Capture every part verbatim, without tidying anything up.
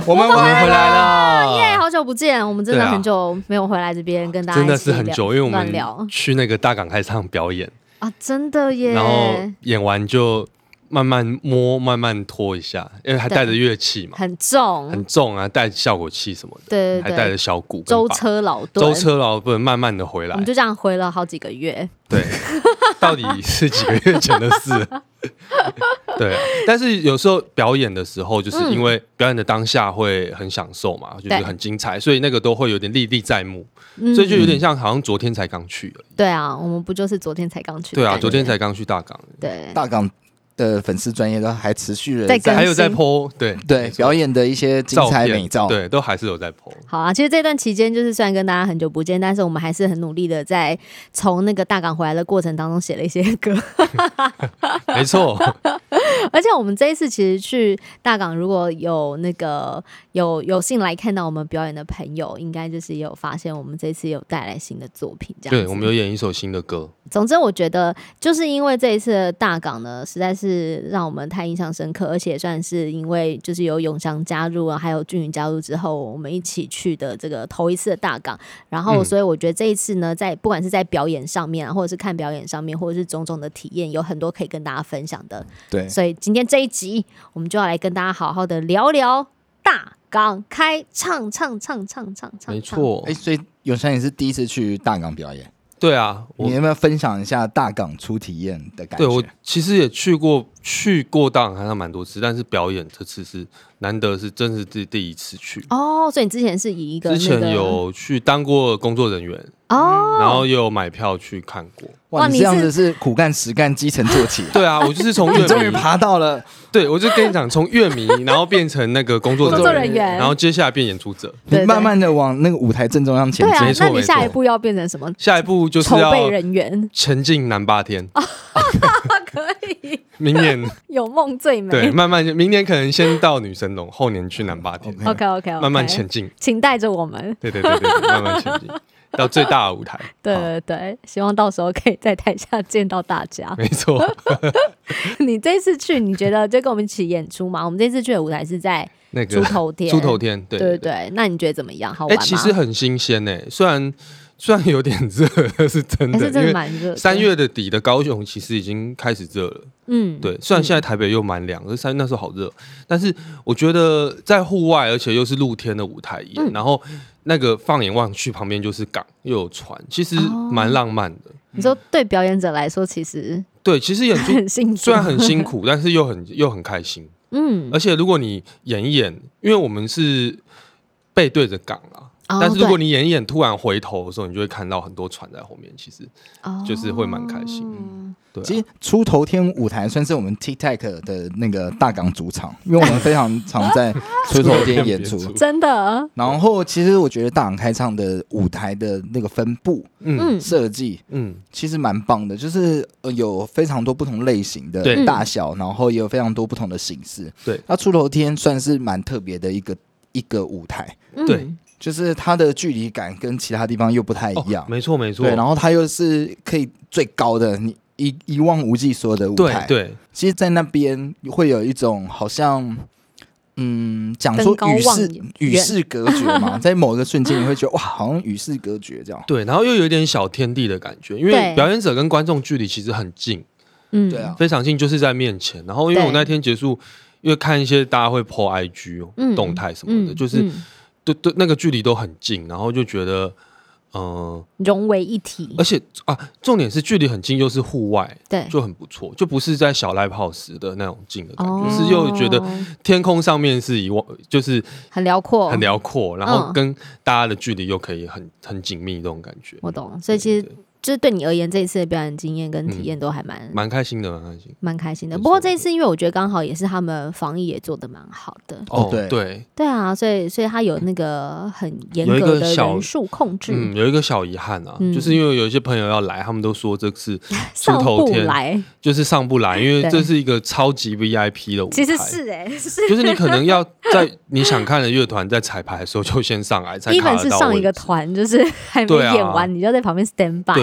我们回来了， 耶！好久不见，我们真的很久没有回来这边跟大家真的是很久，因为我们聊去那个大港开唱表演啊，真的耶。 然后演完就慢慢摸，慢慢拖一下，因为还带着乐器嘛， 很重， 很重啊，带效果器什么的， 对对对， 还带着小鼓， 舟车劳顿， 舟车劳顿，慢慢的回来， 我们就这样回了好几个月。 对，到底是几个月前的事。对、啊，但是有时候表演的时候，就是因为表演的当下会很享受嘛，嗯、就是很精彩，所以那个都会有点历历在目，嗯、所以就有点像好像昨天才刚去而已。 对啊，我们不就是昨天才刚去？ 对啊，昨天才刚去大港。 对， 大港的粉丝专业都还持续的在， 还有在 po 对对表演的一些精彩美照， 对，都还是有在 po。 好啊，其实这段期间就是虽然跟大家很久不见，但是我们还是很努力的在从那个大港回来的过程当中写了一些歌。 没错。 而且我们这一次其实去大港，如果有那个有有幸来看到我们表演的朋友，应该就是也有发现我们这次有带来新的作品，这样子。 对，我们有演一首新的歌。 总之，我觉得就是因为这一次的大港呢，实在是让我们太印象深刻，而且也算是因为就是有永祥加入啊，还有俊宇加入之后，我们一起去的这个头一次的大港。然后，所以我觉得这一次呢，在不管是在表演上面、啊，或者是看表演上面，或者是种种的体验，有很多可以跟大家分享的。 对， 所以今天这一集，我们就要来跟大家好好的聊聊大港开唱唱唱唱唱唱。 没错， 哎，所以永祥也是第一次去大港表演。 对啊， 你有没有分享一下大港初体验的感觉？ 对，我其实也去过去过大港开唱蛮多次，但是表演这次是难得是真是第第一次去。 哦，所以你之前是以一个、那个、 之前有去当过工作人员哦， 然后也有买票去看过。 哇，你这样子是苦干实干，基层做起。 对啊，我就是从乐迷终于爬到了。 对，我就跟你讲，从乐迷然后变成那个工作人员， 然后接下来变演出者， 你慢慢的往那个舞台正中央前进。 对啊，那你下一步要变成什么？ 下一步就是要筹备人员， 前进南八天。 可以， 明年有梦最美。 对，慢慢明年可能先到女神龙，后年去南八天。 OK OK OK， 慢慢前进， 请带着我们。 对对对对，慢慢前进。到最大的舞台， 对对对，希望到时候可以在台下见到大家。 没错。 你这次去，你觉得就跟我们一起演出嘛？我们这次去的舞台是在那个猪头天， 猪头天，对对对对。那你觉得怎么样？好玩吗？ 哎、欸，其实很新鲜诶，虽然虽然有点热，是真的， 欸、是真的蛮热。 三月的底的高雄其实已经开始热了，嗯，对。虽然现在台北又蛮凉，可是三月那时候好热。但是我觉得在户外，而且又是露天的舞台演，嗯、然后。那个放眼望去，旁边就是港，又有船，其实蛮浪漫的。哦、 你说对表演者来说，其实对，其实演出很辛苦， 虽然很辛苦，但是又很又很开心。嗯，而且如果你演一演，因为我们是背对着港啦。哦、但是如果你演一演，突然回头的时候，你就会看到很多船在后面，其实就是会蛮开心。哦嗯对啊、 其实出头天舞台算是我们 TikTok 的那个大港主场，因为我们非常常在出头天演出， 真的。 然后其实我觉得大港开唱的舞台的那个分布、嗯设计，嗯，其实蛮棒的，就是有非常多不同类型的大小，然后也有非常多不同的形式。 对， 那出头天算是蛮特别的一个一个舞台， 对。 就是它的距离感跟其他地方又不太一样， 哦、没错没错。 对，然后它又是可以最高的，你一一望无际所有的舞台。 对对， 其实，在那边会有一种好像，嗯，讲说与世与世隔绝嘛，在某个瞬间你会觉得哇，好像与世隔绝这样。 对，然后又有一点小天地的感觉，因为表演者跟观众距离其实很近， 嗯， 对啊， 非常近，就是在面前。然后因为我那天结束，因为看一些大家会 po I G、嗯、动态什么的，嗯、就是。嗯对对，那个距离都很近，然后就觉得，嗯、呃， 融为一体。 而且啊，重点是距离很近，又是户外， 对， 就很不错，就不是在小 live house 的那种近的感觉，哦、是又觉得天空上面是一望，就是很辽阔， 很辽阔，然后跟大家的距离又可以很很紧密这种感觉。 我懂，所以其实。就是对你而言，这一次的表演经验跟体验都还蛮蛮、嗯、开心的，蛮开心， 蛮开心的。不过这一次，因为我觉得刚好也是他们防疫也做得蛮好的。 哦，对对对啊，所以所以他有那个很严格的人数控制。 嗯，有一个小遗憾啊、嗯，就是因为有一些朋友要来，他们都说这次出头天来就是上不来，因为这是一个超级 V I P 的舞台。 其实是哎、欸，是就是你可能要在你想看的乐团在彩排的时候就先上来，才卡得到位置。 一本是上一个团，就是还没演完，啊、你就在旁边 stand by。 对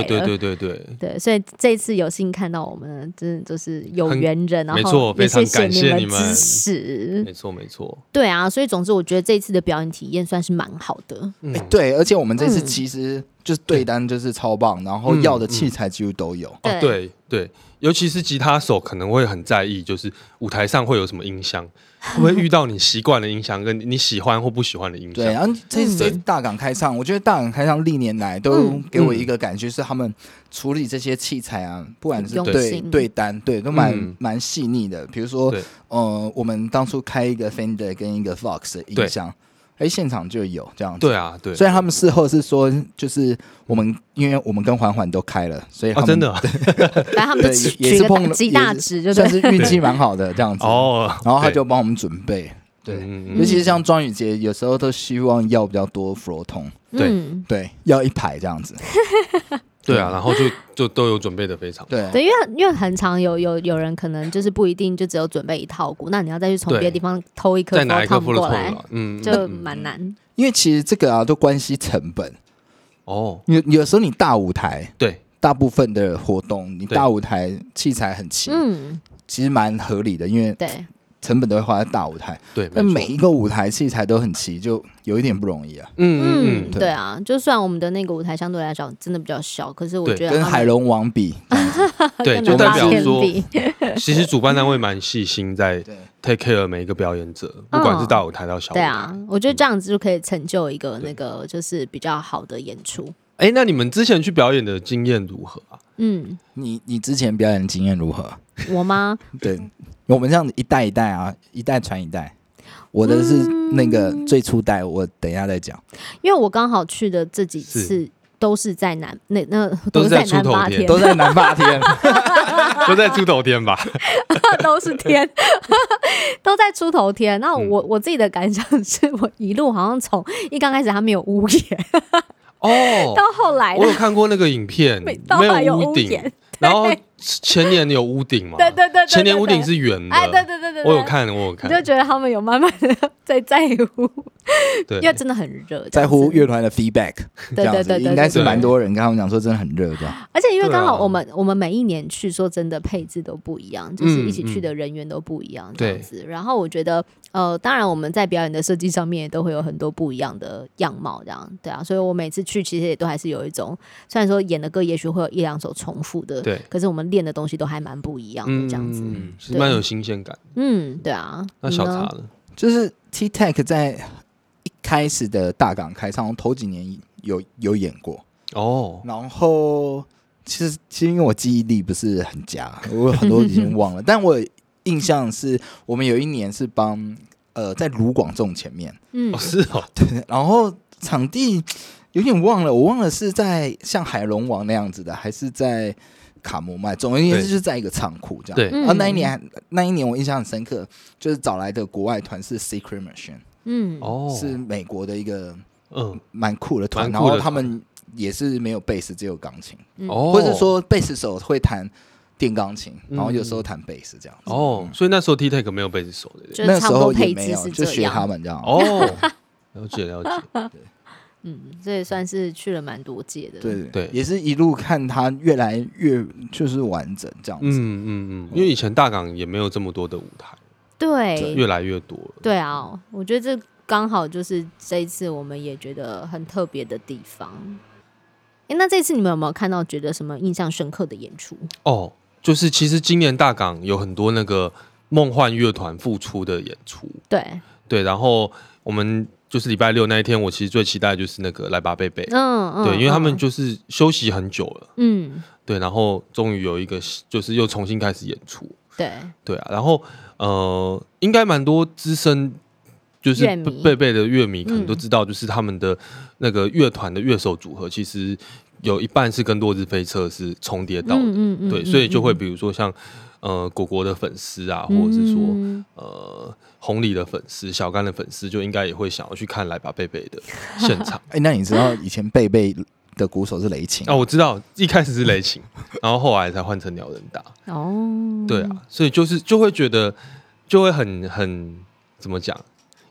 对对对对对，所以这一次有幸看到我们，真的就是有缘人，然没错，非常感谢你们支持， 没错没错， 对啊，所以总之我觉得这一次的表演体验算是蛮好的， 嗯欸、对，而且我们这次其实就是对单就是超棒，然后要的器材几乎都有， 嗯嗯哦、对对，尤其是吉他手可能会很在意，就是舞台上会有什么音箱。会不会遇到你习惯的音响，跟你喜欢或不喜欢的音响？ 对，然后这次大港开唱，我觉得大港开唱历年来都给我一个感觉，是他们处理这些器材啊，不管是对对单，对都蛮蛮细腻的。比如说，呃，我们当初开一个 Fender 跟一个 Vox 的音箱。哎，现场就有这样子。 对啊，对。 虽然他们事后是说，就是我们，因为我们跟环环都开了，所以他们、 哦、真的、啊， 反正他们就也是碰极大值，就算是运气蛮好的这样子。 哦， 然后他就帮我们准备。对，嗯、尤其是像庄宇杰，有时候都希望要比较多 flow 痛。 对、 嗯、 对，要一排这样子。 对啊，然后就就都有准备的非常对对，因为因为很常有有有人可能就是不一定就只有准备一套鼓，那你要再去从别的地方偷一颗再拿一颗过来， 嗯， 就蛮难。 因为其实这个啊都关系成本哦， 有有时候你大舞台对大部分的活动，你大舞台器材很齐，嗯，其实蛮合理的，因为对。 成本都会花在大舞台， 对， 但每一个舞台器材都很齐，就有一点不容易啊。 嗯嗯，对啊，就算我们的那个舞台相对来讲真的比较小，可是我觉得跟海龙王比， 对，就代表说，其实主办单位蛮细心在 take care 每一个表演者，不管是大舞台到小舞台。 对啊，我觉得这样子就可以成就一个那个就是比较好的演出。 哎，那你们之前去表演的经验如何啊？ 嗯， 你你之前表演的经验如何？ 我吗？ 对，我们这样子一代一代啊，一代传一代。我的是那个最初代，我等一下再讲。 因为我刚好去的这几次都是在南那那都是在南霸天， 都在南霸天， 都在出头天吧？ 都是天，都在出头天。那我、嗯、我自己的感想是我一路好像从一刚开始它没有屋檐。 哦， 到后来我有看过那个影片，没有屋顶，然后前年有屋顶嘛？ 对对 对, 对, 对， 前年屋顶是圆的， 哎，对对对 对, 对，我有看，我有看， 你就觉得他们有慢慢的在在乎， 对， 因为真的很热， 在乎乐团的 feedback， 对对 对, 对， 应该是蛮多人跟他们讲说真的很热这样。 而且因为刚好我们、啊、我们每一年去，说真的配置都不一样，就是一起去的人员都不一样这样子。嗯嗯、然后我觉得，呃，当然我们在表演的设计上面也都会有很多不一样的样貌，这样对啊。所以我每次去其实也都还是有一种，虽然说演的歌也许会有一两首重复的， 对， 可是我们练的东西都还蛮不一样的这样子， 嗯，是蛮有新鲜感。 嗯，对啊。 那小茶呢？ 就是 T-Tech 在一开始的大港开唱，头几年有有演过哦。然后其实其实因为我记忆力不是很佳，我有很多已经忘了，但我印象是我们有一年是帮呃在卢广仲前面， 嗯， 哦是哦， 对，然后场地有点忘了，我忘了是在像海龙王那样子的，还是在卡摩麦，总而言之就是在一个仓库这样。 对， 然后那一年那一年我印象很深刻，就是找来的国外团是 Secret Machine， 嗯， 哦，是美国的一个嗯蛮酷的团，然后他们也是没有贝斯，只有钢琴， 哦， 或者说贝斯手会弹电钢琴，然后有时候弹贝斯这样子。 哦，所以那时候 T-Tech 没有贝斯手的， 那时候也没有，就学他们这样。 哦，了解了解。对， 嗯，这也算是去了蛮多届的， 对对， 也是一路看他越来越就是完整这样子。 嗯嗯嗯，因为以前大港也没有这么多的舞台， 对， 越来越多了。 对啊，我觉得这刚好就是这一次我们也觉得很特别的地方。哎，那这次你们有没有看到觉得什么印象深刻的演出？ 哦，就是其实今年大港有很多那个梦幻乐团复出的演出， 对对，然后我们。就是礼拜六那一天，我其实最期待的就是那个来吧贝贝， 嗯嗯， 对，因为他们就是休息很久了， 嗯， 对，然后终于有一个就是又重新开始演出， 对， 对啊，然后呃，应该蛮多资深就是贝贝的乐迷可能都知道，就是他们的那个乐团的乐手组合，其实有一半是跟落日飞车是重叠到的， 嗯嗯嗯， 对，所以就会比如说像呃果果的粉丝啊，或者是说、嗯、呃。红里的粉丝、小甘的粉丝就应该也会想要去看来吧贝贝的现场。 哎、欸，那你知道以前贝贝的鼓手是雷琴啊？我知道，一开始是雷琴，然后后来才换成鸟人达。 哦， 对啊，所以就是就会觉得就会很很怎么讲，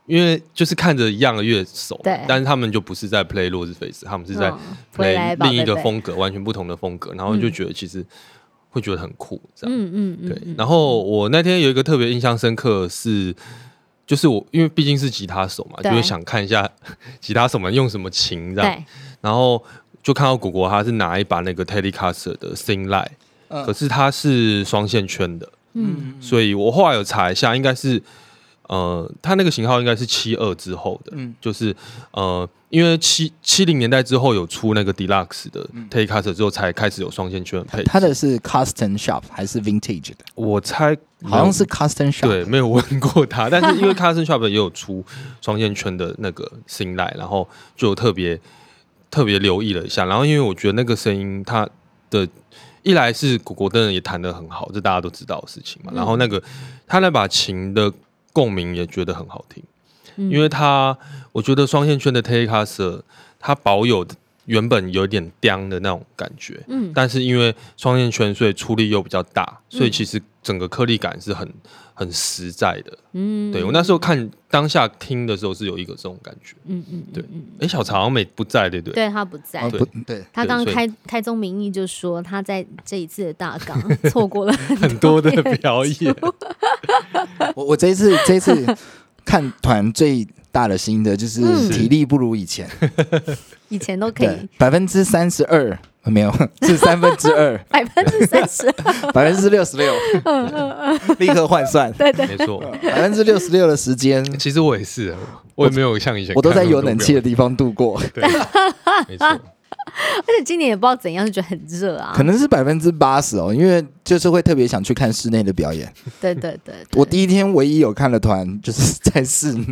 因为就是看着一样的乐手，但是他们就不是在 play 落日飞丝，他们是在 play 另一个风格，完全不同的风格，然后就觉得其实会觉得很酷，这样。嗯嗯嗯。对，然后我那天有一个特别印象深刻是，就是我因为毕竟是吉他手嘛，就会想看一下吉他手们用什么琴这样，然后就看到果果他是拿一把那个 Telecaster 的 Thin-Line，嗯，可是它是双线圈的，嗯，所以我后来有查一下，应该是。呃，它那个型号应该是七二之后的，嗯，就是呃，因为七七零年代之后有出那个 Deluxe 的 Telecaster 之后，才开始有双线圈的配置。 它的是 Custom Shop 还是 Vintage 的？ 我猜好像是 Custom Shop， 对，没有问过它，但是因为 Custom Shop 也有出双线圈的那个Thin-Line，然后就有特别特别留意了一下，然后因为我觉得那个声音它的。一来是果果灯也弹得很好，这大家都知道的事情嘛。嗯、然后那个他那把琴的共鸣也觉得很好听，嗯、因为他我觉得双线圈的 Telecaster 它保有原本有点刁的那种感觉，嗯，但是因为双线圈，所以出力又比较大，所以其实整个颗粒感是很很实在的。嗯，对我那时候看当下听的时候是有一个这种感觉。嗯嗯，对。哎，小曹好像没不在，对不对？ 对他不在， 对对。 他刚开开宗明义就说他在这一次的大港错过了很多的表演。 我我这一次这一次看团最大的心得就是体力不如以前。 以前都可以百分之三十二，没有是三分之二， 百分之三十， 百分之六十六，立刻换算， 对对， 没错， 百分之六十六的时间， 其实我也是，我也没有像以前， 我都在有冷气的地方度过， 对，没错。 而且今年也不知道怎样，就觉得很热啊， 可能是百分之八十哦，因为就是会特别想去看室内的表演。 对对 对, 对， 我第一天唯一有看的团就是在室内。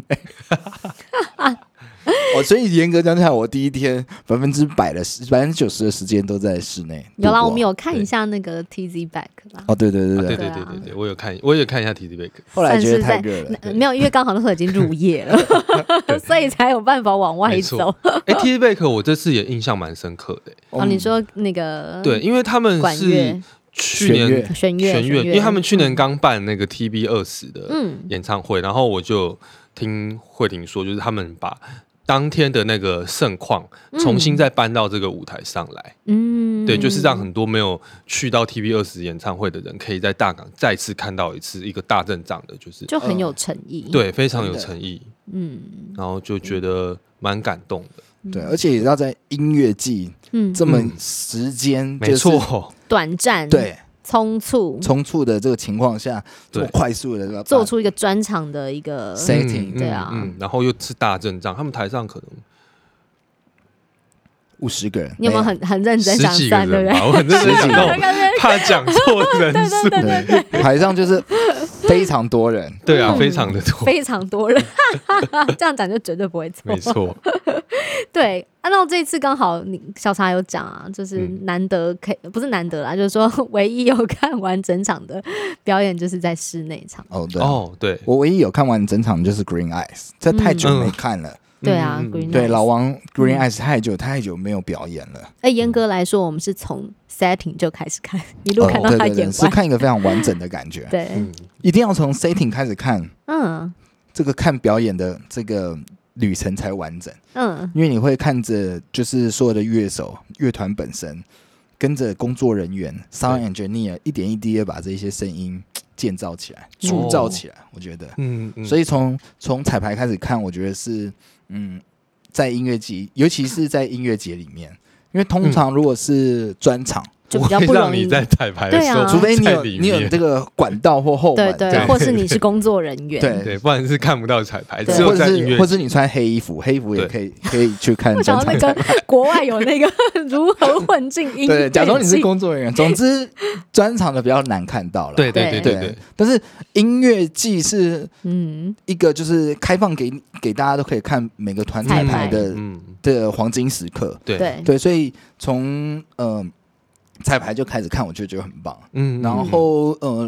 哦，所以严格讲起来，我第一天百分之百的百分之九十的时间都在室内。 有啦，我们有看一下那个 T Z Back 啦。 哦，对对对对对对对对，我有看，我也看一下 T Z Back。 后来觉得太热了， 没有，因为刚好那时候已经入夜了，所以才有办法往外走。 哎 ，T Z Back 我这次也印象蛮深刻的。 哦，你说那个对，因为他们是去年弦乐， 弦乐，因为他们去年刚办那个 T B 二十的演唱会，然后我就听慧婷说，就是他们把。当天的那个盛况重新再搬到这个舞台上来，嗯，对，就是让很多没有去到 T B 二十演唱会的人，可以在大港再次看到一次一个大阵仗的，就是就很有诚意， 对，非常有诚意，嗯，然后就觉得蛮感动的， 对，而且也要在音乐季，嗯，这么时间没错， 短暂， 对。 匆促匆促的这个情况下，这么快速的做出一个专场的一个 setting， 对啊、 嗯嗯，然后又是大阵仗，他们台上可能五十个人， 你有没有很很认真想算，对不对？ 我很认真想到，怕讲错人数， 对对对对， 台上就是非常多人， 对啊，非常的多， 非常多人，这样讲就绝对不会错， 没错。 对，啊，那这一次刚好你小茶有讲啊，就是难得可以、嗯、不是难得啦，就是说唯一有看完整场的表演就是在室内场。 哦，对， 哦，对， 我唯一有看完整场就是 Green Eyes， 这太久没看了。嗯对啊、嗯、，Green Eyes， 对，老王 Green Eyes 太久、嗯、太久没有表演了。 哎，严格来说，我们是从 setting 就开始看，一路看到他演完，哦、对对对， 是看一个非常完整的感觉。 对、 嗯，一定要从 setting 开始看，嗯，这个看表演的这个旅程才完整。嗯，因为你会看着就是所有的乐手、乐团本身，跟着工作人员 sound engineer 一点一滴的把这些声音建造起来、铸造起来。哦、我觉得，嗯，嗯所以从从彩排开始看，我觉得是。嗯，在音乐节，尤其是在音乐节里面，因为通常如果是专场，嗯、 就比较不容易。 你在彩排的时候， 啊、 除非你有你有这个管道或后门， 对对，或是你是工作人员， 对对，不然是看不到彩排，只有在音乐节， 或是你穿黑衣服，黑衣服也可以可以去看专场。 我想那个国外有那个如何混进音乐， 对，假装你是工作人员。总之，专场的比较难看到了， 对对对对对。 但是音乐季是嗯一个就是开放给给大家都可以看每个团彩排的的黄金时刻， 对对，所以从呃。彩排就开始看，我就觉得很棒。嗯，然后呃，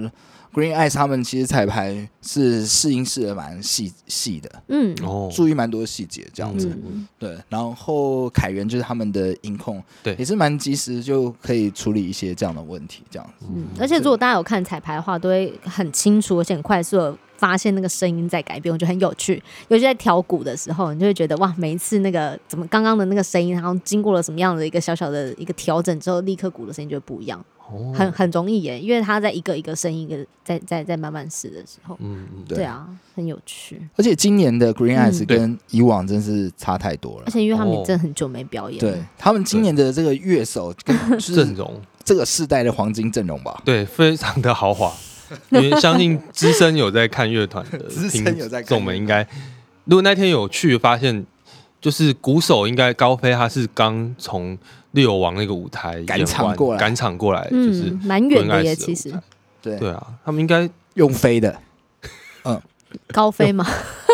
Green Eyes 他们其实彩排是试音试的蛮细细的，嗯，注意蛮多细节这样子，嗯、对。然后凯源就是他们的音控，对，也是蛮及时就可以处理一些这样的问题，这样子。 嗯，而且如果大家有看彩排的话，都会很清楚而且很快速的发现那个声音在改变，我觉得很有趣。尤其在调鼓的时候，你就会觉得哇，每一次那个怎么刚刚的那个声音，然后经过了什么样的一个小小的一个调整之后，立刻鼓的声音就不一样。哦、很很容易耶，因为他在一个一个声音一个在在在慢慢试的时候，嗯，对, 对啊，很有趣。 而且今年的 Green Eyes 跟以往真是差太多了， 而且因为他们真的很久没表演了， 对他们今年的这个乐手跟阵容，这个世代的黄金阵容吧， 对，非常的豪华。因为相信资深有在看乐团的听众们应该，如果那天有去发现，就是鼓手应该高飞他是刚从六王那个舞台赶场过来， 赶场过来，嗯、就是蛮远的耶，其实。 对对啊，他们应该用飞的，嗯， 高飞嘛。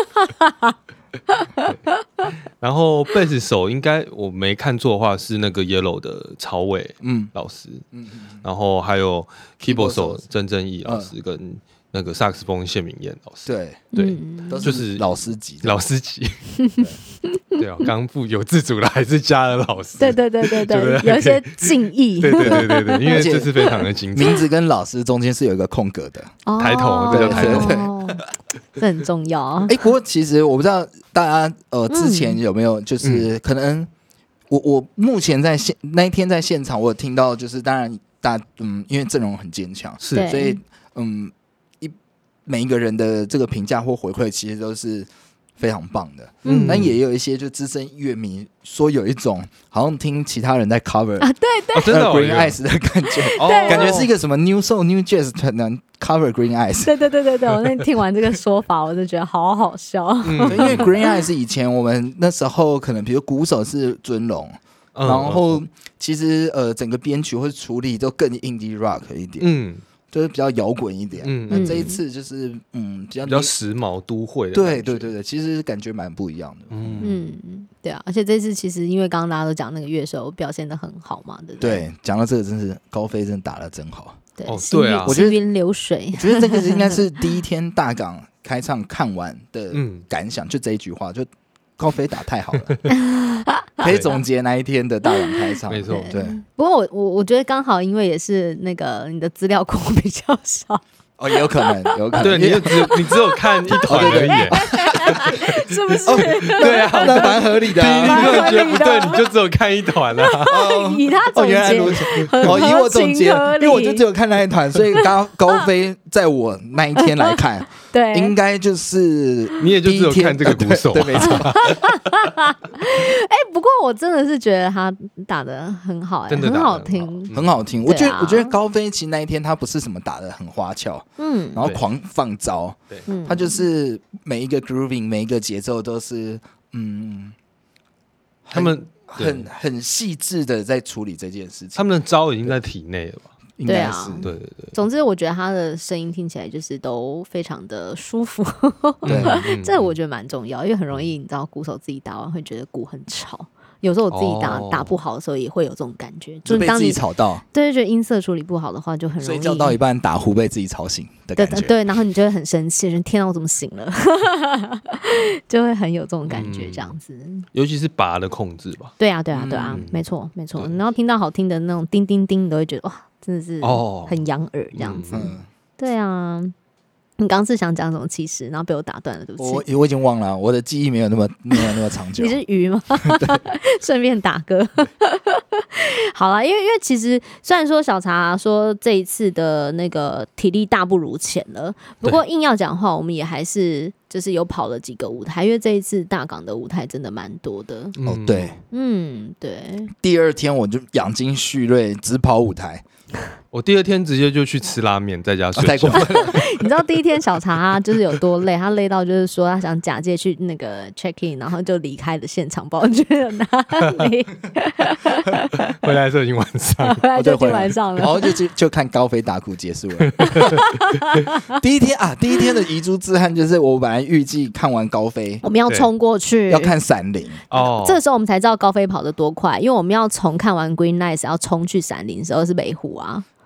然后贝斯手应该我没看错的话是那个 Yellow 的曹伟老师，嗯嗯、然后还有 Keyboard 手曾正义老师跟那个萨克斯风谢明燕老师， 对对， 嗯、 就是老师级， 老师级。对啊，刚不由自主的还是加了老师， 对对对对对，有一些敬意， 对对对对对，因为这是非常的精彩。 名字跟老师中间是有一个空格的， 哦、 抬头，这叫抬头， 哦、这很重要。 哎、欸，不过其实我不知道大家呃之前有没有就是可能、嗯、我我目前在现那一天在现场，我有听到就是当然大嗯，因为阵容很坚强，是，所以嗯一每一个人的这个评价或回馈其实都是非常棒的，嗯，但也有一些就资深乐迷说有一种好像听其他人在 cover 啊，对对， 哦、真的 Green Eyes 的感觉，哦、感觉是一个什么 New Soul New Jazz 团能 cover Green Eyes， 对对对对对，我那听完这个说法，我就觉得好好笑， 嗯、因为 Green Eyes 以前我们那时候可能比如鼓手是尊龙，嗯、然后其实呃整个编曲或者处理都更 indie rock 一点，嗯。就是比较摇滚一点，嗯，那这一次就是嗯比较比较时髦都会的， 对对对对，其实感觉蛮不一样的， 嗯嗯，对啊，而且这次其实因为刚刚大家都讲那个乐手表现得很好嘛，对不对？ 对，讲到这个真是高飞真的打得真好， 对， 哦对啊， 我觉得行云流水， 我觉得这个应该是第一天大港开唱看完的感想，就这一句话，就高飞打太好了。可以总结那一天的大港开唱， 没错， 对。 不过我我我觉得刚好，因为也是那个你的资料库比较少， 哦，也有可能，有可能， 对，你就只你只有看一团而已，是不是？ 哦、对啊，那蛮合理的、啊。 你如果觉得不对，你就只有看一团啊。 哦、以他总结， 哦，以我总结，因为我就只有看那一团，所以高高飞在我那一天来看， 对， 应该就是你也就只有看这个鼓手、啊， 对，对没错。 哎，不过我真的是觉得他打得很好、欸，哎，很好听， 很好听。我觉得，啊、我觉得高飞其实那一天他不是什么打得很花俏，嗯，然后狂放招，对，他就是每一个 grooving， 每一个节奏都是，嗯， 他们很很细致的在处理这件事情。 他们的招已经在体内了吧？ 应该是， 对对对。 总之，我觉得他的声音听起来就是都非常的舒服， 对， 这我觉得蛮重要，因为很容易你知道鼓手自己打完会觉得鼓很吵。有时候我自己打、哦、打不好的时候也会有这种感觉， 就被自己吵到， 对，就音色处理不好的话就很容易睡觉到一半打呼被自己吵醒的感觉， 对, 对，然后你就会很生气，天啊我怎么醒了就会很有这种感觉这样子、嗯、 尤其是拔的控制吧， 对啊对啊对啊、嗯、没错没错，然后听到好听的那种叮叮叮你都会觉得哇真的是很养耳这样子、哦嗯、对啊。你刚刚是想讲什么气势，然后被我打断了，对不起。 我我已经忘了，我的记忆没有那么没有那么长久。 你是鱼吗？顺便打歌。好啦，因为因为其实虽然说小茶说这一次的那个体力大不如前了，不过硬要讲的话，我们也还是就是有跑了几个舞台，因为这一次大港的舞台真的蛮多的。 哦，对， 嗯，对。 第二天我就养精蓄锐，只跑舞台。 我第二天直接就去吃拉面，在家睡觉。 你知道第一天小茶他就是有多累，他累到就是说他想假借去那个 check in， 然后就离开了现场，不知道去了哪里。 回来的时候已经晚上， 回来就已经晚上了， 然后就就就看高飞打鼓结束了。第一天啊，第一天的遗珠之憾就是我本来预计看完高飞， 我们要冲过去要看闪灵哦。这个时候我们才知道高飞跑得多快，因为我们要从看完 Green Eyes 要冲去闪灵的时候是北湖啊。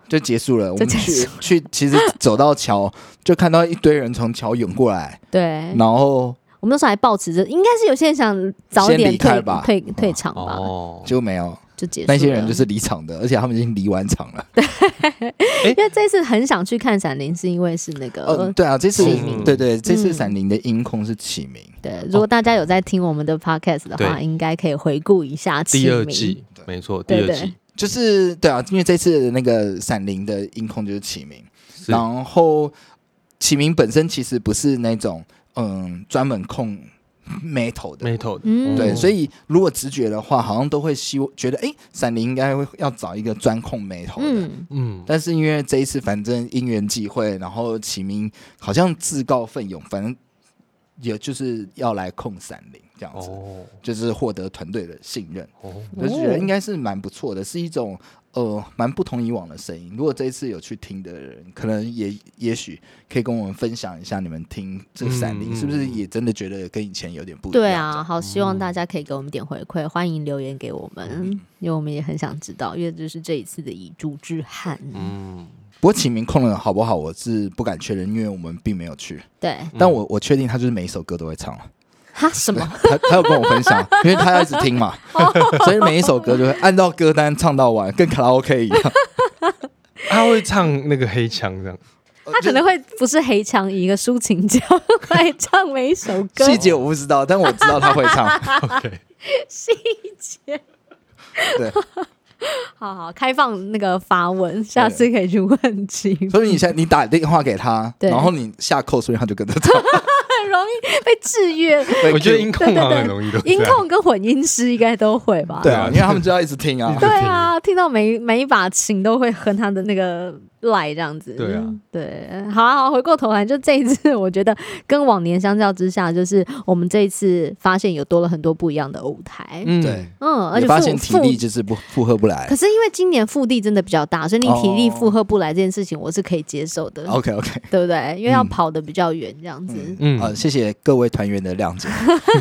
就结束了。我们去去，其实走到桥就看到一堆人从桥涌过来， 对， 然后我们那时候还抱持着，应该是有些人想早点退吧，退退场吧， 哦， 结果没有。 就结束了， 那些人就是离场的，而且他们已经离完场了。 对，因为这次很想去看闪灵，是因为是那个， 呃，对啊，这次对对，这次闪灵的音控是启明。 对，如果大家有在听我们的 podcast 的话，应该可以回顾一下启明第二季，没错，第二季就是对啊，因为这次的那个闪灵的音控就是启明，然后启明本身其实不是那种嗯专门控。metal 的 metal 的、 嗯、 对，所以如果直觉的话，好像都会希望觉得，哎，闪灵应该会要找一个专控 metal 的，嗯嗯，但是因为这一次反正因缘际会，然后启明好像自告奋勇，反正也就是要来控闪灵这样子，哦、就是获得团队的信任，哦、我就觉得应该是蛮不错的，是一种。呃，蛮不同以往的声音。如果这一次有去听的人，可能也也许可以跟我们分享一下，你们听这个闪灵、嗯、是不是也真的觉得跟以前有点不一样？ 对啊，好希望大家可以给我们点回馈，欢迎留言给我们，嗯、因为我们也很想知道，因为这是这一次的遗珠之憾。嗯， 不过启明控的好不好，我是不敢确认，因为我们并没有去。 对， 但我我确定他就是每一首歌都会唱了。 哈什么？ 他他有跟我分享，因为他要一直听嘛，所以每一首歌就会按照歌单唱到完，跟卡拉 OK 一样。 他会唱那个黑腔这样， 他可能会不是黑腔，以一个抒情调来唱每一首歌。 细节我不知道，但我知道他会唱。 OK， 细节对。 好好开放那个发问，下次可以去问起。 所以你现在你打电话给他，然后你下扣，所以他就跟着唱。 很容易被制约。 我觉得音控好像很容易的， 音控跟混音师应该都会吧？ 对啊，因为他们就要一直听啊。 对啊，听到每每一把琴都会哼他的那个来这样子。 对啊， 对，好啊好，回过头来，就这一次，我觉得跟往年相较之下，就是我们这一次发现有多了很多不一样的舞台。 嗯，对， 嗯，而且发现体力就是不负荷不来。 可是因为今年腹地真的比较大，所以你体力负荷不来这件事情，我是可以接受的。 OK OK， 对不对？因为要跑得比较远，这样子。 嗯，嗯呃，谢谢各位团员的谅解。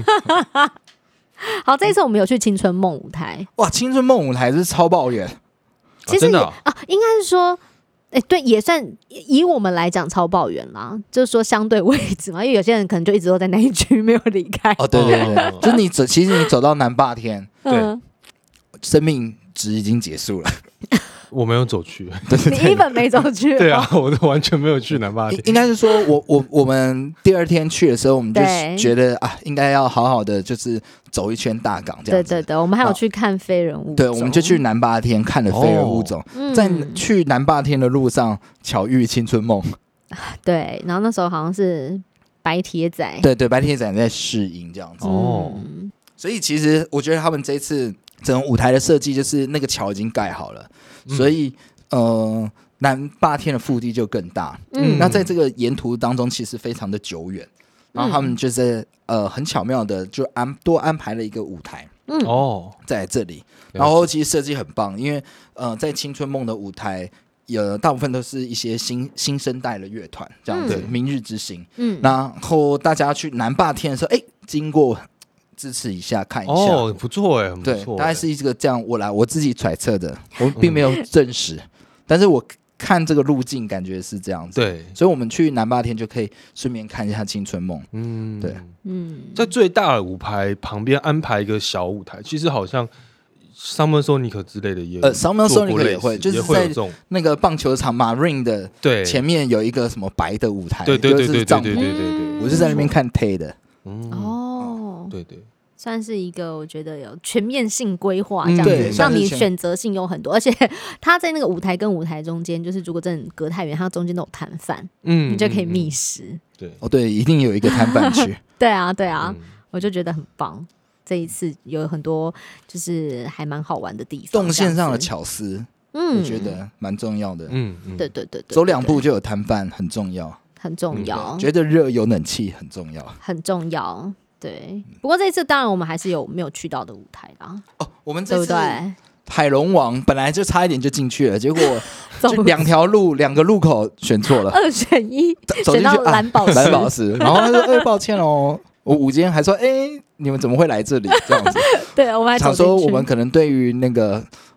好，这一次我们有去青春梦舞台。 哇，青春梦舞台是超爆远。 其实也、 啊, 啊，应该是说，哎，对，也算以我们来讲超抱怨啦，就是说相对位置嘛，因为有些人可能就一直都在那一区没有离开。 哦，对对对，就是你走，其实你走到南霸天，对， 嗯、 生命值已经结束了。 我没有走去， 你一本没走去。 对啊，我都完全没有去南霸天。 应该是说我我我们第二天去的时候，我们就觉得啊，应该要好好的就是走一圈大港这样子。 对对对，我们还有去看飞人物种。 对，我们就去南霸天看了飞人物种，哦、在去南霸天的路上巧遇青春梦。 对，然后那时候好像是白铁仔。 对对，白铁仔在试音这样子。 哦， 所以其实我觉得他们这一次整个舞台的设计，就是那个桥已经盖好了。所以，呃，南霸天的腹地就更大。嗯，那在这个沿途当中，其实非常的久远。然后他们就是呃很巧妙的就安多安排了一个舞台。嗯，哦，在这里。然后其实设计很棒，因为呃在青春梦的舞台，有大部分都是一些新新生代的乐团这样子，嗯、明日之星。嗯，然后大家去南霸天的时候，哎，经过。支持一下，看一下， 哦，不错哎， 对，大概是一个这样，我来我自己揣测的，我并没有证实，嗯、但是我看这个路径，感觉是这样子， 对， 所以我们去南霸天就可以顺便看一下青春梦，嗯，对， 嗯，在最大的舞台旁边安排一个小舞台，其实好像 Summer Sonic 之类的也， 呃 ，Summer Sonic 也会，就是在那个棒球场 Marine 的前面有一个什么白的舞台， 对对对对对对对对对， 我是在那边看 Tay 的， 嗯，哦， 对对。 算是一个我觉得有全面性规划这样子，嗯、让你选择性有很多，而且它在那个舞台跟舞台中间，就是如果真的隔太远，它中间都有摊贩，嗯，你就可以觅食。 对， 哦对，一定有一个摊贩区。 对啊，对啊，嗯、我就觉得很棒。这一次有很多就是还蛮好玩的地方， 动线上的巧思，嗯，我觉得蛮重要的。 嗯，对对对对， 走两步就有摊贩，很重要， 很重要。 觉得热有冷气很重要， 很重要。对，不过这一次当然我们还是有没有去到的舞台啦。 哦，我们这次海龙王本来就差一点就进去了，结果就两条路两个路口选错了， 二选一，选到蓝宝石， 啊、蓝宝石。然后他说：“哎，抱歉哦。”我午间还说：“哎，你们怎么会来这里？”这样子。 对，我们还想说我们可能对于那个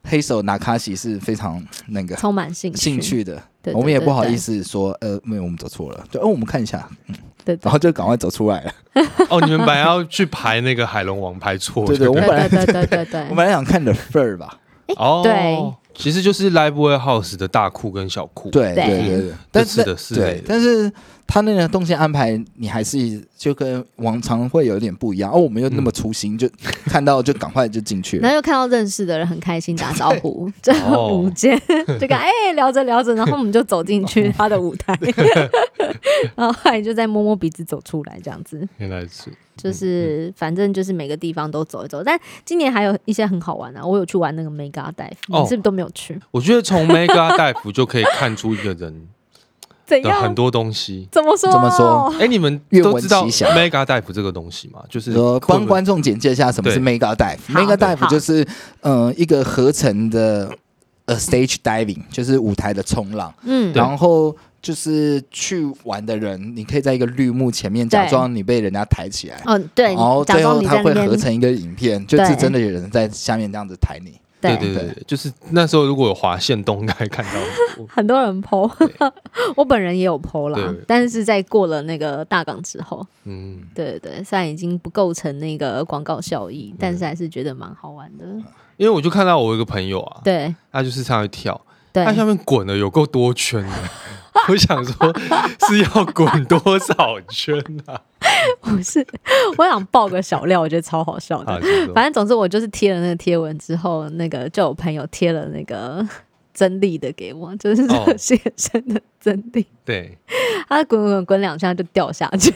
黑手纳卡西是非常那个充满兴趣兴趣的， 对对对对， 我们也不好意思说，呃，没有，我们走错了，就哦，我们看一下，嗯， 对对， 然后就赶快走出来了。 哦，你们本来要去排那个海龙王排错， 对对，我们本来对对对对， 我本来想看 The Fur 吧， 哦， 对， 其实就是 Live Warehouse 的大库跟小库， 对对对对，但是的是对，但是他那个动线安排，你还是就跟往常会有点不一样。哦，我们又那么粗心，就看到就赶快就进去了， 然后又看到认识的人很开心打招呼，这午间就跟哎聊着聊着，然后我们就走进去他的舞台，然后后来就再摸摸鼻子走出来，这样子。 原来是。 就是反正就是每个地方都走一走，但今年还有一些很好玩啊！我有去玩那个 Mega Dive， 你是不是都没有去？ 我觉得从 Mega Dive 就可以看出一个人的很多东西。 怎么说？ 怎么说？ 哎、欸，你们都知道 Mega Dive 这个东西吗？就是说帮观众简介一下什么是 Mega Dive。Mega Dive 就是呃一个合成的呃 stage diving， 就是舞台的冲浪。嗯，然后。就是去玩的人，你可以在一个绿幕前面假装你被人家抬起来， 嗯、哦，对， 然后最后他会合成一个影片，就是真的有人在下面这样子抬你。 对对 对, 对，就是那时候如果有滑线动，应该看到很多人 po， 我本人也有 po 啦，但是在过了那个大港之后，嗯，对对对，虽然已经不构成那个广告效益，但是还是觉得蛮好玩的。 因为我就看到我有一个朋友啊， 对， 他就是上去跳，他下面滚了有够多圈的。我想说，是要滚多少圈啊？ 不是，我想爆个小料，我觉得超好笑的。反正总之，我就是贴了那个贴文之后，那个就有朋友贴了那个真力的给我，就是热血生的真力。 哦、对， 他滚滚滚两下就掉下去。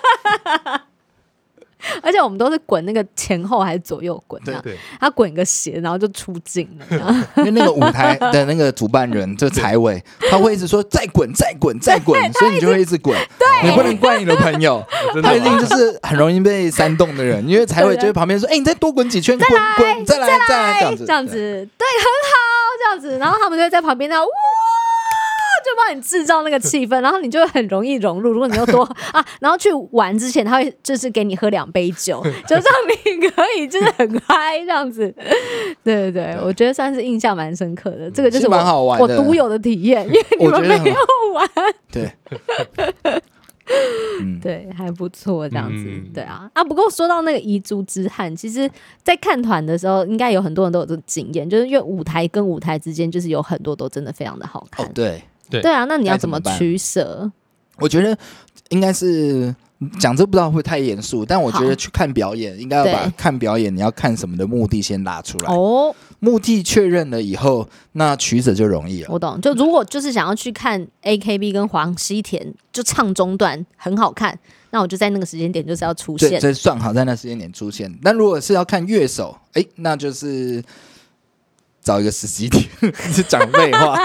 而且我们都是滚那个前后还是左右滚，对对，他滚个斜，然后就出镜了。 因为那个舞台的那个主办人，就财委，他会一直说再滚、再滚、再滚，所以你就会一直滚。你不能怪你的朋友，他一定就是很容易被煽动的人，因为财委就在旁边说：“哎、欸，你再多滚几圈，滚滚，再来再来，这样子， 这样子，对，很好，这样子。”然后他们就会在旁边那样哇。就帮你制造那个气氛，然后你就很容易融入。如果你又多啊，然后去玩之前，他会就是给你喝两杯酒，就让你可以就是很嗨这样子。对对对，我觉得算是印象蛮深刻的。这个就是我我独有的体验，因为你们没有玩。 对， 嗯、对，还不错这样子。嗯、对啊啊！不过说到那个遗珠之憾，其实，在看团的时候，应该有很多人都有这个经验，就是因为舞台跟舞台之间，就是有很多都真的非常的好看。 哦，对。 对, 对啊，那你要怎么取舍？ 我觉得应该是讲这不知道会不会太严肃，但我觉得去看表演应该要把看表演你要看什么的目的先拉出来。哦，目的确认了以后，那取舍就容易了。 我懂，就如果就是想要去看 A K B 跟黄西田就唱中段很好看，那我就在那个时间点就是要出现， 对，算好在那时间点出现。但如果是要看乐手，哎，那就是找一个实习点，是讲废话。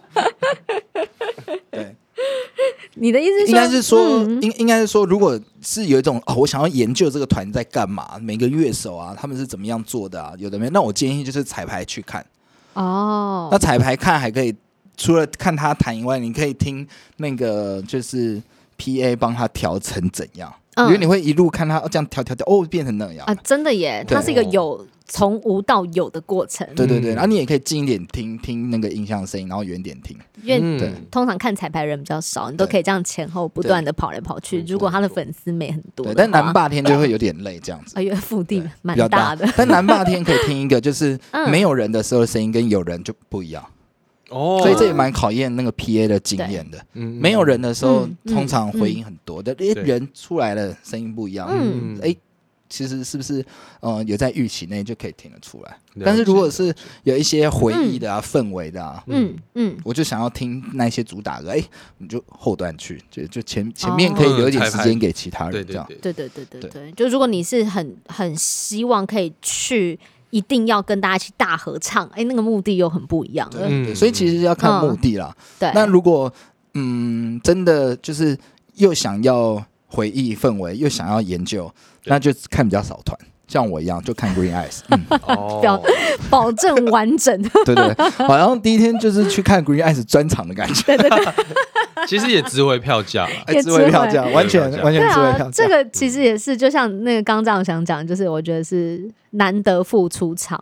对， 你的意思是说应该是说，嗯、应应该是说，如果是有一种哦，我想要研究这个团在干嘛，每个乐手啊，他们是怎么样做的啊，有的没有，那我建议就是彩排去看。哦，那彩排看还可以，除了看他弹以外，你可以听那个就是 P A 帮他调成怎样。嗯、因为你会一路看他这样调调调，哦，变成那样啊！真的耶，它是一个有从无到有的过程。 对对对，然后你也可以近一点听听那个音响声音，然后远点听。 因为、嗯、通常看彩排人比较少，你都可以这样前后不断的跑来跑去。如果他的粉丝没很多， 对，但南霸天就会有点累这样子。 啊，因为腹地蛮大的。 但南霸天可以听一个，就是没有人的时候的声音跟有人就不一样。哦，所以这也蛮考验那个 P A 的经验的。没有人的时候，嗯、通常回音很多，但、嗯、人出来的声音不一样。嗯，哎，其实是不是呃有在预期内就可以听得出来？但是如果是有一些回忆的啊、嗯、氛围的啊，嗯嗯，我就想要听那些主打歌，哎，你就后段去，就就前前面可以留一点时间给其他人，这样。 对对对对对对，就如果你是很很希望可以去。一定要跟大家一起大合唱，哎，那个目的又很不一样了。 嗯，所以其实要看目的啦。嗯、对，那如果嗯真的就是又想要回忆氛围，又想要研究，那就看比较少团，像我一样就看 Green Eyes， 嗯， 哦，保保证完整。 对对，好像第一天就是去看 Green Eyes 专场的感觉。 对对对。 其实也值回票价， 也值回票价，完全完全值回票价。 这个其实也是，就像那个刚这样想讲，就是我觉得是难得复出场，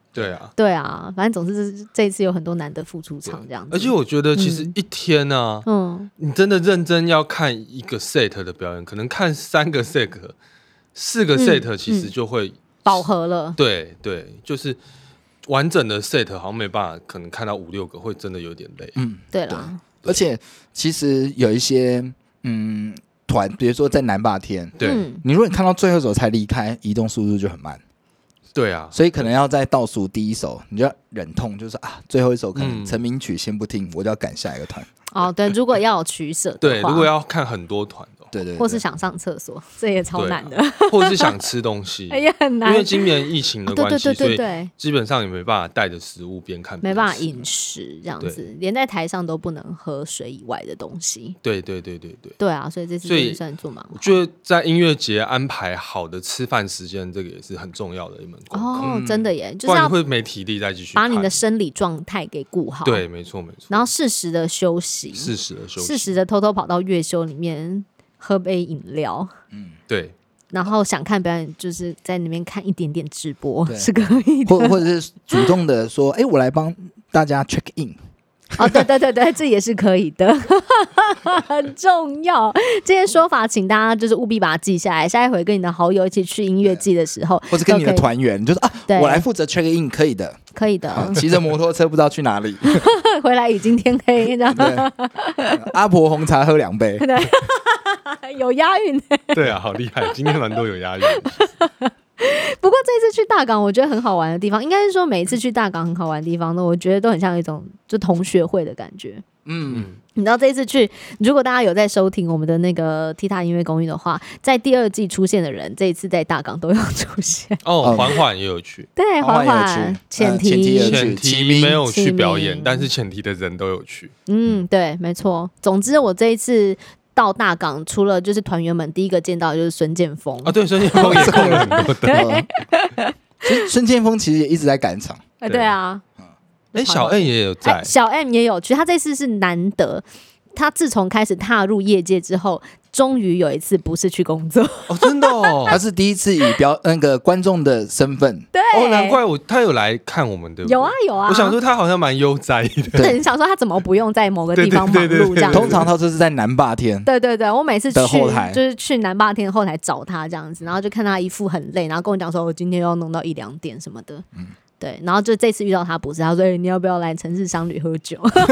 对啊， 对啊，反正总之这一次有很多难得付出场这样子。 而且我觉得其实一天啊，嗯，你真的认真要看一个 set 的表演，可能看三个 set、四个 set， 其实就会、嗯嗯、 饱和了。 对对，就是完整的 set 好像没办法，可能看到五六个会真的有点累。 嗯，对啦。 而且其实有一些嗯团，比如说在南霸天， 对、 嗯， 你如果你看到最后一首才离开，移动速度就很慢。 对啊， 所以可能要在倒数第一首，你就要忍痛，就是啊，最后一首可能成名曲先不听，我就要赶下一个团。 哦，对，如果要有取舍的话， 对，如果要看很多团的， 对 对, 对， 或是想上厕所，这也超难的， 或者是想吃东西， 也很难， 因为今年疫情的关系， 对对对对对， 所以基本上也没办法带着食物边看边吃， 没办法饮食这样子，连在台上都不能喝水以外的东西。 对对对对对， 对啊，所以这次也算做蛮好。 我觉得在音乐节安排好的吃饭时间，这个也是很重要的一门功课。 哦，真的耶， 就是要不然你会没体力再继续把你的生理状态给顾好。 对，没错没错。 然后适时的休息， 适时的休息， 适时的偷偷跑到月休里面喝杯饮料。 嗯，对。 然后想看表演，就是在那边看一点点直播是可以的， 或或者是主动的说，哎，我来帮大家 check in。 哦，对对对对，这也是可以的，很重要。这些说法，请大家就是务必把它记下来。下一回跟你的好友一起去音乐季的时候， 或者跟你的团员，就是啊，我来负责 check in， 可以的， 可以的。 骑着摩托车不知道去哪里， 回来已经天黑，这样。 阿婆红茶喝两杯， 对，有押韵。 对啊，好厉害，今天蛮多有押韵。 不过这次去大港，我觉得很好玩的地方，应该是说每一次去大港很好玩的地方呢，我觉得都很像一种就同学会的感觉。嗯，你知道这一次去，如果大家有在收听我们的那个踢踏音乐公寓的话，在第二季出现的人，这一次在大港都有出现。 哦，缓缓也有去， 对，缓缓前提前提没有去表演，但是前提的人都有去。 嗯，对，没错。总之，我这一次到大港，除了就是团员们第一个见到的就是孙建峰啊，对，孙建峰也控了很多的。 其实孙建峰其实也一直在赶场， 哎，对啊， 哎，小 M 也有在， 小 M 也有去，他这次是难得，他自从开始踏入业界之后，终于有一次不是去工作哦，真的哦， 他是第一次以表那个观众的身份， 对， 哦，难怪我他有来看我们的， 有啊有啊， 我想说他好像蛮悠哉的， 对，你想说他怎么不用在某个地方忙碌这样？ 通常他就是在南霸天， 对对对，我每次去后台就是去南霸天后台找他这样子，然后就看他一副很累，然后跟我讲说我今天要弄到一两点什么的，嗯。对，然后就这次遇到他不是，他说、欸、你要不要来城市商旅喝酒？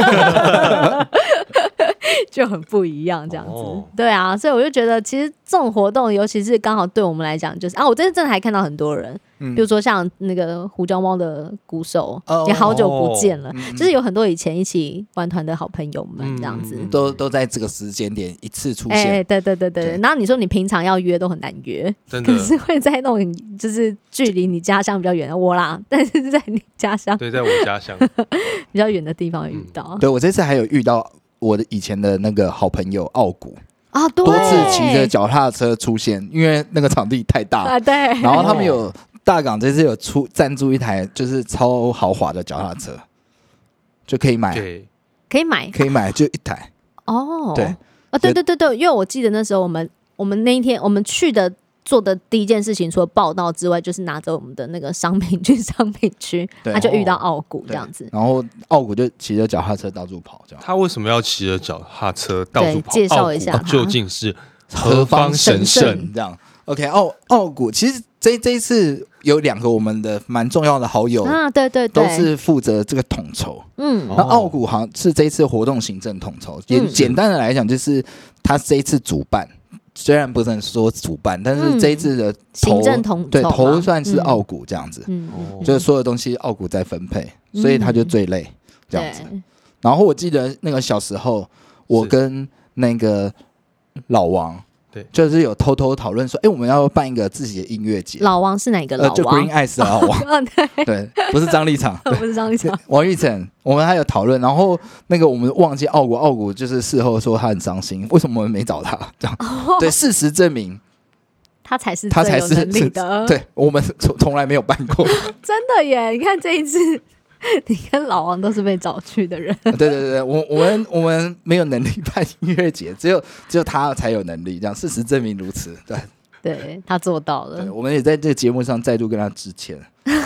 就很不一样这样子。哦、对啊，所以我就觉得其实这种活动，尤其是刚好对我们来讲，就是啊，我这次真的还看到很多人，嗯、比如说像那个胡椒猫的鼓手，哦、也好久不见了，哦嗯、就是有很多以前一起玩团的好朋友们这样子， 嗯、都都在这个时间点一次出现。 哎、欸，对对对对对。然后你说你平常要约都很难约，真的，可是会在那种就是距离你家乡比较远的我啦，但是是在你家乡， 对，在我家乡比较远的地方遇到。 嗯、对我这次还有遇到我的以前的那个好朋友傲骨啊，对， 多次骑着脚踏车出现，因为那个场地太大啊，对。 然后他们有大港这次有出赞助一台就是超豪华的脚踏车，就可以买， 可以买， 可以买就一台。 哦，对，啊，对对对对，因为我记得那时候我们我们那一天我们去的。做的第一件事情，除了报道之外，就是拿着我们的那个商品去商品区，他就遇到傲骨这样子， 然后傲骨就骑着脚踏车到处跑，这样。 他为什么要骑着脚踏车到处跑？ 介绍一下， 究竟是何方神圣？ 这样 ，OK， 傲傲骨其实这这一次有两个我们的蛮重要的好友啊，对对对，都是负责这个统筹。嗯，那傲骨好像是这一次活动行政统筹，也简单的来讲，就是他这一次主办。虽然不能说主办，但是这一次的头、 嗯、行政统筹对头算是傲骨这样子，嗯，就是所有东西傲骨在分配，嗯、所以他就最累这样子。然后我记得那个小时候，我跟那个老王。对，就是有偷偷讨论说，哎、欸，我们要办一个自己的音乐节。 老王是哪个老王？ 呃、就 Green Eyes 的老王。对, 对，不是张立场， 不是张立场， 王玉成。我们还有讨论，然后那个我们忘记傲骨，傲骨就是事后说他很伤心，为什么我们没找他？这样，哦、对，事实证明他才是他才是的， 对，我们从从来没有办过。 真的耶！你看这一次。你跟老王都是被找去的人， 对对对，我我们我们没有能力办音乐节，只有只有他才有能力，这样事实证明如此。对， 对他做到了。 对，我们也在这个节目上再度跟他致歉。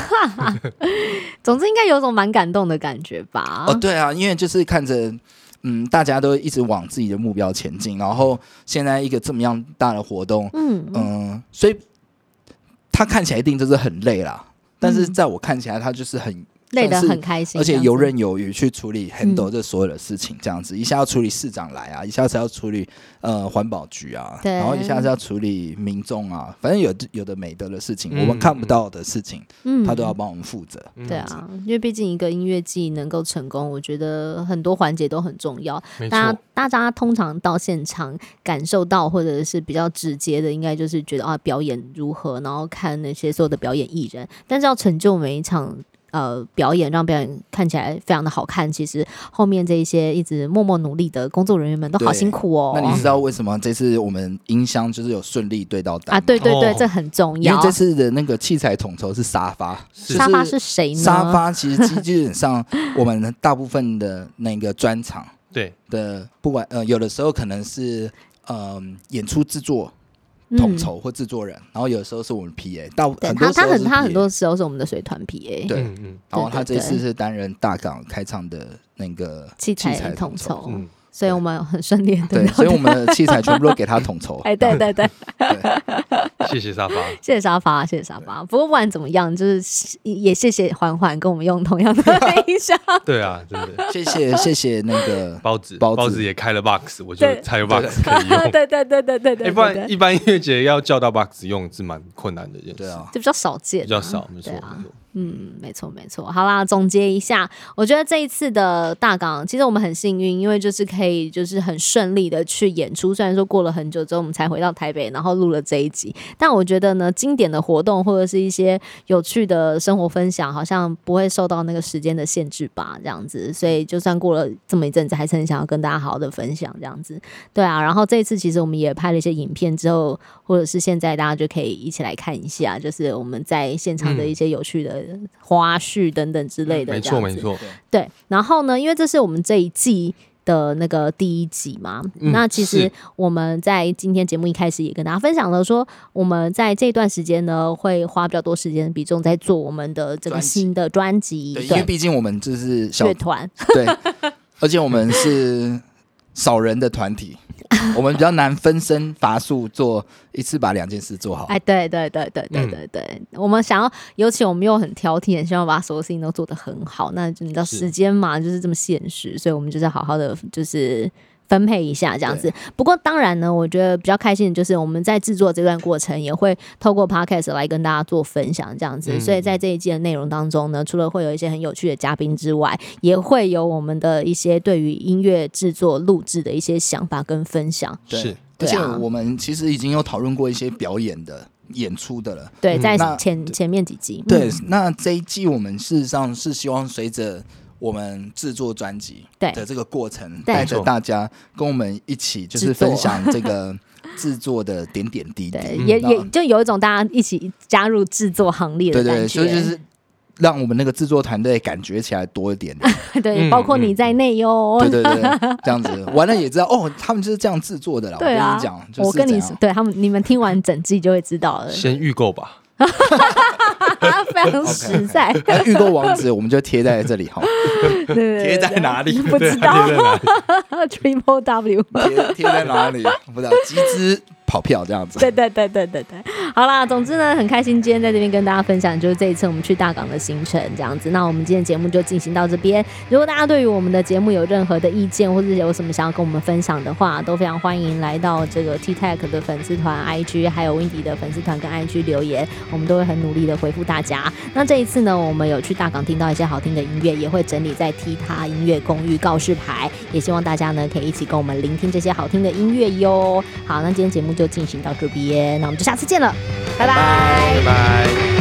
总之应该有种蛮感动的感觉吧。 哦，对啊，因为就是看着嗯，大家都一直往自己的目标前进，然后现在一个这么样大的活动，嗯嗯、呃，所以他看起来一定就是很累啦，但是在我看起来他就是很累得很开心， 而且游刃有余去处理 handle 这所有的事情，这样子、嗯、一下要处理市长来啊，一下子要处理呃环保局啊，然后一下子要处理民众啊，反正有有的没的的事情、嗯、我们看不到的事情、嗯、他都要帮我们负责、 嗯、对啊，因为毕竟一个音乐季能够成功，我觉得很多环节都很重要，大家大家通常到现场感受到或者是比较直接的应该就是觉得啊表演如何，然后看那些所有的表演艺人，但是要成就每一场呃，表演让表演看起来非常的好看，其实后面这一些一直默默努力的工作人员们都好辛苦哦。 那你知道为什么这次我们音箱就是有顺利对到单啊？对对对、哦，这很重要。 因为这次的那个器材统筹是沙发， 是沙发是谁呢？ 沙发其实基本上我们大部分的那个专场对的，不管呃有的时候可能是呃演出制作。统筹或制作人、嗯，然后有的时候是我们 P A， 大很多时候是 P A， 他他很他很多时候是我们的随团 P A， 对，嗯，然后他这次是担任大港开唱的那个器材统筹，嗯，所以我们很顺利的对，所以我们的器材全部都给他统筹， 哎，对对对， 谢谢沙发， 谢谢沙发，谢谢沙发。不过不管怎么样，就是也谢谢环环跟我们用同样的音箱， 对啊，真的， 谢谢谢谢那个包子，包子包子也开了 box， 我就才有 box 可以用， 对对对对对对， 不然一般音乐节要叫到 box 用是蛮困难的一件事， 对啊， 就比较少见、啊， 比较少，没错， 啊、嗯，没错没错。好啦，总结一下，我觉得这一次的大港，其实我们很幸运，因为就是可以就是很顺利的去演出，虽然说过了很久之后我们才回到台北，然后录了这一集，但我觉得呢，经典的活动或者是一些有趣的生活分享，好像不会受到那个时间的限制吧，这样子，所以就算过了这么一阵子，还是很想要跟大家好好的分享这样子。对啊，然后这一次其实我们也拍了一些影片之后，或者是现在大家就可以一起来看一下，就是我们在现场的一些有趣的花絮等等之类的、嗯、 没错没错， 对。然后呢，因为这是我们这一季的那个第一集嘛、嗯、那其实我们在今天节目一开始也跟大家分享了说，我们在这段时间呢会花比较多时间比重在做我们的这个新的专辑， 对，因为毕竟我们就是小乐团， 对，而且我们是少人的团体我们比较难分身乏术做一次把两件事做好。 哎，对对对对对对对、嗯，我们想要，尤其我们又很挑剔，很希望把所有事情都做得很好。那你知道时间嘛，就是这么现实，所以我们就是好好的就是分配一下这样子。不过当然呢，我觉得比较开心的就是我们在制作这段过程也会透过 podcast 来跟大家做分享这样子、嗯、所以在这一季的内容当中呢，除了会有一些很有趣的嘉宾之外，也会有我们的一些对于音乐制作录制的一些想法跟分享。 是，而且我们其实已经有讨论过一些表演的演出的了， 对，在前前面几集。 对、嗯，那这一季我们事实上是希望随着我们制作专辑的这个过程，带着大家跟我们一起就是分享这个制作的点点滴滴， 对，也也就有一种大家一起加入制作行列的感觉， 对对，所以就是让我们那个制作团队感觉起来多一点点对、嗯，包括你在内哟、 嗯，对对对，这样子完了也知道哦，他们就是这样制作的啦。 对啊， 我跟你讲，就是、 我跟你对他们，你们听完整季就会知道了。 先预购吧。 非常实在。 okay. 预购网址我们就贴在这里哈，贴在哪里？ 不知道。Triple W 贴在哪里？不知道。集资跑票这样子。 对对对对对对。好啦，总之呢，很开心今天在这边跟大家分享，就是这一次我们去大港的行程这样子。那我们今天节目就进行到这边。如果大家对于我们的节目有任何的意见，或者有什么想要跟我们分享的话，都非常欢迎来到这个 T-Tech 的粉丝团 I G， 还有 Windy 的粉丝团跟 I G 留言，我们都会很努力的回复大家。那这一次呢，我们有去大港听到一些好听的音乐，也会整理在踢踏音乐公寓告示牌，也希望大家呢可以一起跟我们聆听这些好听的音乐哟。好，那今天节目就进行到这边，那我们就下次见了，拜拜， 拜拜。